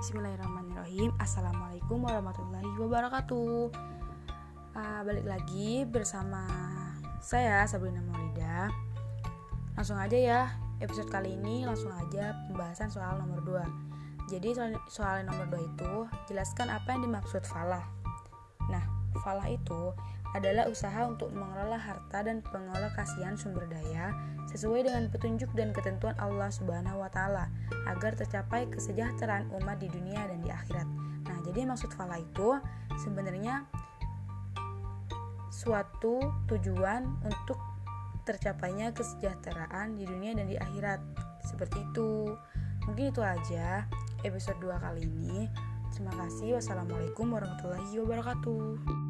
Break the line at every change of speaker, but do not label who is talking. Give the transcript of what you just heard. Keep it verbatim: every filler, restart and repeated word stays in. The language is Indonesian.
Bismillahirrahmanirrahim. Assalamualaikum warahmatullahi wabarakatuh. uh, Balik lagi bersama saya Sabrina Maulida. Langsung aja ya, episode kali ini langsung aja pembahasan soal nomor dua. Jadi soal, soal nomor dua itu jelaskan apa yang dimaksud falah. Nah, falah itu adalah usaha untuk mengelola harta dan pengalokasian sumber daya sesuai dengan petunjuk dan ketentuan Allah Subhanahu wa taala agar tercapai kesejahteraan umat di dunia dan di akhirat. Nah, jadi maksud falah itu sebenarnya suatu tujuan untuk tercapainya kesejahteraan di dunia dan di akhirat. Seperti itu. Mungkin itu aja episode dua kali ini. Terima kasih. Wassalamualaikum warahmatullahi wabarakatuh.